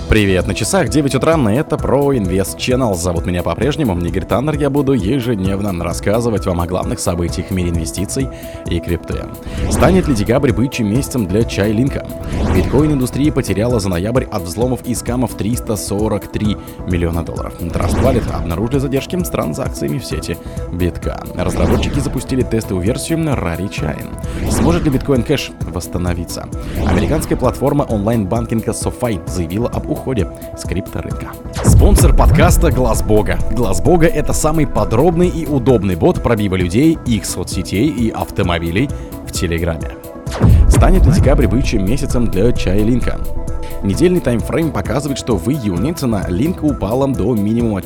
Привет, на часах 9 утра, это Pro Invest Channel. Зовут меня по-прежнему Игорь Таннер. Я буду ежедневно рассказывать вам о главных событиях в мире инвестиций и крипты. Станет ли декабрь бычьим месяцем для Чайлинка? Биткоин-индустрия потеряла за ноябрь от взломов и скамов $343 миллиона. Trust Wallet обнаружили задержки с транзакциями в сети битка. Разработчики запустили тестовую версию Rari Chain. Сможет ли биткоин кэш восстановиться? Американская платформа онлайн-банкинга SoFi заявила об уходе с крипторынка. Спонсор подкаста Глаз Бога. Глаз Бога — это самый подробный и удобный бот пробива людей, их соцсетей и автомобилей в Телеграме. Станет ли декабрь бычьим месяцем для Чайлинка? Недельный таймфрейм показывает, что в июне цена линка упала до минимума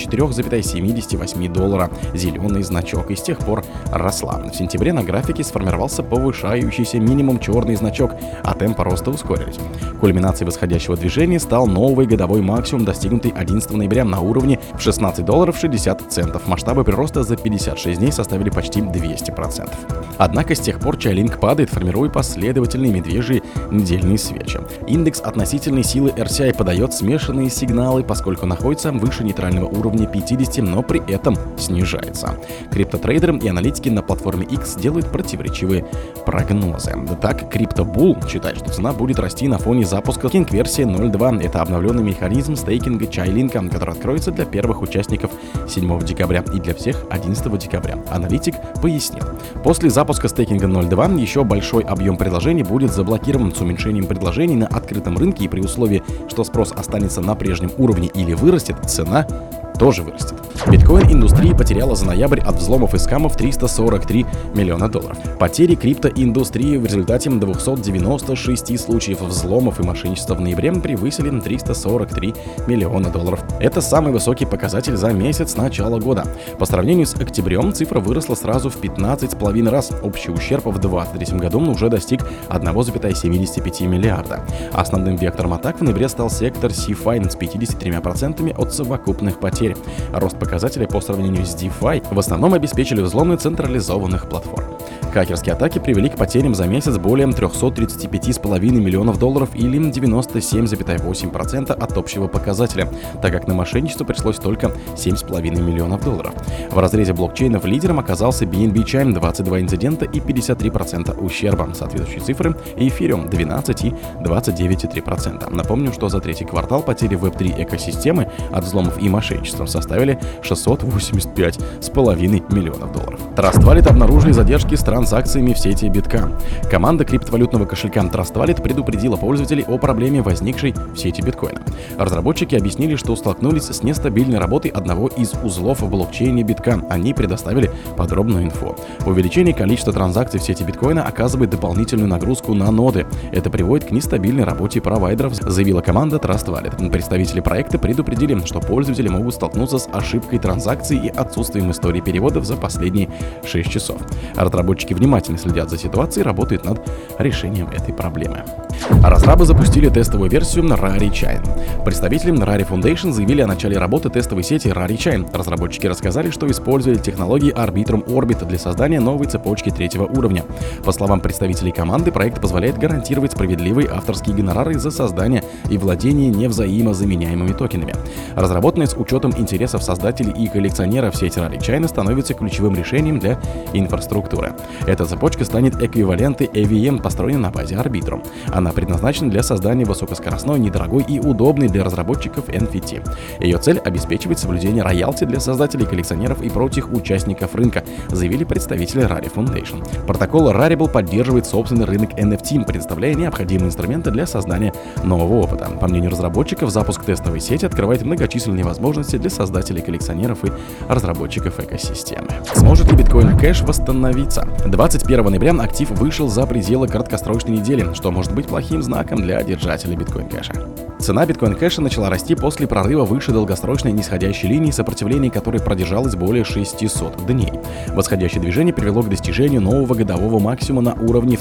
$4,78. Зеленый значок и с тех пор росла. В сентябре на графике сформировался повышающийся минимум черный значок, а темпы роста ускорились. Кульминацией восходящего движения стал новый годовой максимум, достигнутый 11 ноября на уровне в $16.60. Масштабы прироста за 56 дней составили почти 200%. Однако с тех пор Чайлинк падает, формируя последовательные медвежьи недельные свечи. Индекс относительной силы RCI подает смешанные сигналы, поскольку находится выше нейтрального уровня 50, но при этом снижается. Криптотрейдеры и аналитики на платформе X делают противоречивые прогнозы. Так, CryptoBull считает, что цена будет расти на фоне запуска стейкинг-версии 0.2. Это обновленный механизм стейкинга Чайлинка, который откроется для первых участников 7 декабря и для всех 11 декабря. Аналитик пояснил. После запуска стейкинга 0.2 еще большой объем предложений будет заблокирован. С уменьшением предложений на открытом рынке и при условии, что спрос останется на прежнем уровне или вырастет, цена тоже вырастет. Биткоин-индустрия потеряла за ноябрь от взломов и скамов $343 миллиона. Потери криптоиндустрии в результате 296 случаев взломов и мошенничества в ноябре превысили $343 миллиона. Это самый высокий показатель за месяц с начала года. По сравнению с октябрем цифра выросла сразу в 15,5 раз. Общий ущерб в 2023 году уже достиг 1,75 миллиарда. Основным вектором атак в ноябре стал сектор CeFi с 53% от совокупных потерь. Рост показателей по сравнению с DeFi в основном обеспечили взломы централизованных платформ. Хакерские атаки привели к потерям за месяц более $335,5 миллионов или 97,8% от общего показателя, так как на мошенничество пришлось только $7,5 миллионов. В разрезе блокчейнов лидером оказался BNB Chain, 22 инцидента и 53% ущерба. Соответствующие цифры Ethereum 12 и 29,3%. Напомню, что за третий квартал потери Web3 экосистемы от взломов и мошенничества составили $685,5 миллионов. Trust Wallet обнаружили задержки с транзакциями в сети битка. Команда криптовалютного кошелька Trust Wallet предупредила пользователей о проблеме, возникшей в сети биткоина. Разработчики объяснили, что столкнулись с нестабильной работой одного из узлов в блокчейне битка. Они предоставили подробную инфу. Увеличение количества транзакций в сети биткоина оказывает дополнительную нагрузку на ноды. Это приводит к нестабильной работе провайдеров, заявила команда Trust Wallet. Представители проекта предупредили, что пользователи могут столкнуться с ошибкой транзакций и отсутствием истории переводов за последние 6 часов. Разработчики внимательно следят за ситуацией и работают над решением этой проблемы. Разрабы запустили тестовую версию Rari Chain. Представители Rari Foundation заявили о начале работы тестовой сети Rari Chain. Разработчики рассказали, что использовали технологии Arbitrum Orbit для создания новой цепочки третьего уровня. По словам представителей команды, проект позволяет гарантировать справедливые авторские гонорары за создание и владение невзаимозаменяемыми токенами. Разработанная с учетом интересов создателей и коллекционеров сеть Rari Chain становится ключевым решением для инфраструктуры. Эта цепочка станет эквивалентом EVM, построенной на базе Arbitrum. Она предназначена для создания высокоскоростной, недорогой и удобной для разработчиков NFT. Ее цель — обеспечивать соблюдение роялти для создателей, коллекционеров и прочих участников рынка, заявили представители Rari Foundation. Протокол Rarible поддерживает собственный рынок NFT, предоставляя необходимые инструменты для создания нового опыта. По мнению разработчиков, запуск тестовой сети открывает многочисленные возможности для создателей, коллекционеров и разработчиков экосистемы. Сможет ли биткоин кэш восстановиться? 21 ноября актив вышел за пределы краткосрочной недели, что может быть плохим знаком для держателей биткоин кэша. Цена биткоин кэша начала расти после прорыва выше долгосрочной нисходящей линии, сопротивление которой продержалось более 600 дней. Восходящее движение привело к достижению нового годового максимума на уровне в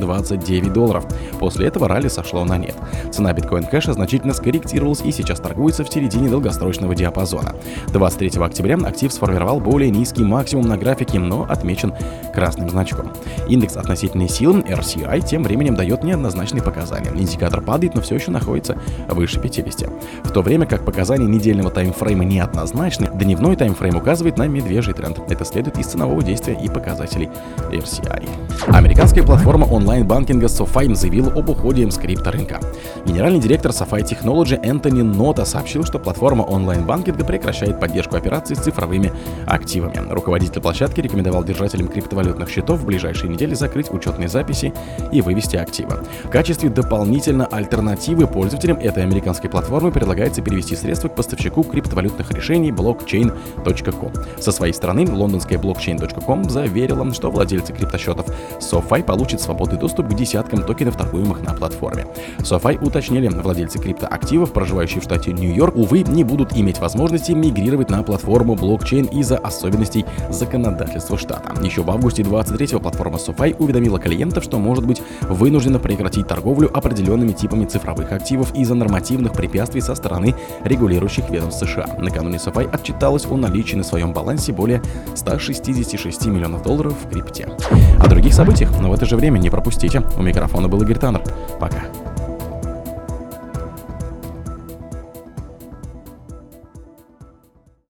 $329. После этого ралли сошло на нет. Цена биткоин кэша значительно скорректировалась и сейчас торгуется в середине долгосрочного диапазона. 23 октября актив сформировал более низкий максимум на графике, но отмечен красным значком. Индекс относительной силы RCI тем временем дает неоднозначный показания. Индикатор падает, но все еще находится выше 50. В то время как показания недельного таймфрейма неоднозначны, дневной таймфрейм указывает на медвежий тренд. Это следует из ценового действия и показателей RSI. Американская платформа онлайн-банкинга SoFi заявила об уходе с крипторынка. Генеральный директор SoFi Technology Энтони Нота сообщил, что платформа онлайн-банкинга прекращает поддержку операций с цифровыми активами. Руководитель площадки рекомендовал держателям криптовалютных счетов в ближайшие недели закрыть учетные записи и вывести активы. В качестве дополнительной альтернативы пользователям этой американской платформы предлагается перевести средства к поставщику криптовалютных решений Blockchain.com. Со своей стороны, лондонская Blockchain.com заверила, что владельцы криптосчетов SoFi получат свободный доступ к десяткам токенов, торгуемых на платформе. SoFi уточнили, владельцы криптоактивов, проживающие в штате Нью-Йорк, увы, не будут иметь возможности мигрировать на платформу блокчейн из-за особенностей законодательства штата. Еще в августе 23-го платформа SoFi уведомила клиентов, что может быть вынуждена прекратить торговлю определенными типами цифровых активов из-за нормативных препятствий со стороны регулирующих ведомств США. Накануне SoFi отчиталась о наличии на своем балансе более $166 миллионов в крипте. О других событиях, но в это же время не пропустите. У микрофона был Игорь Таннер. Пока.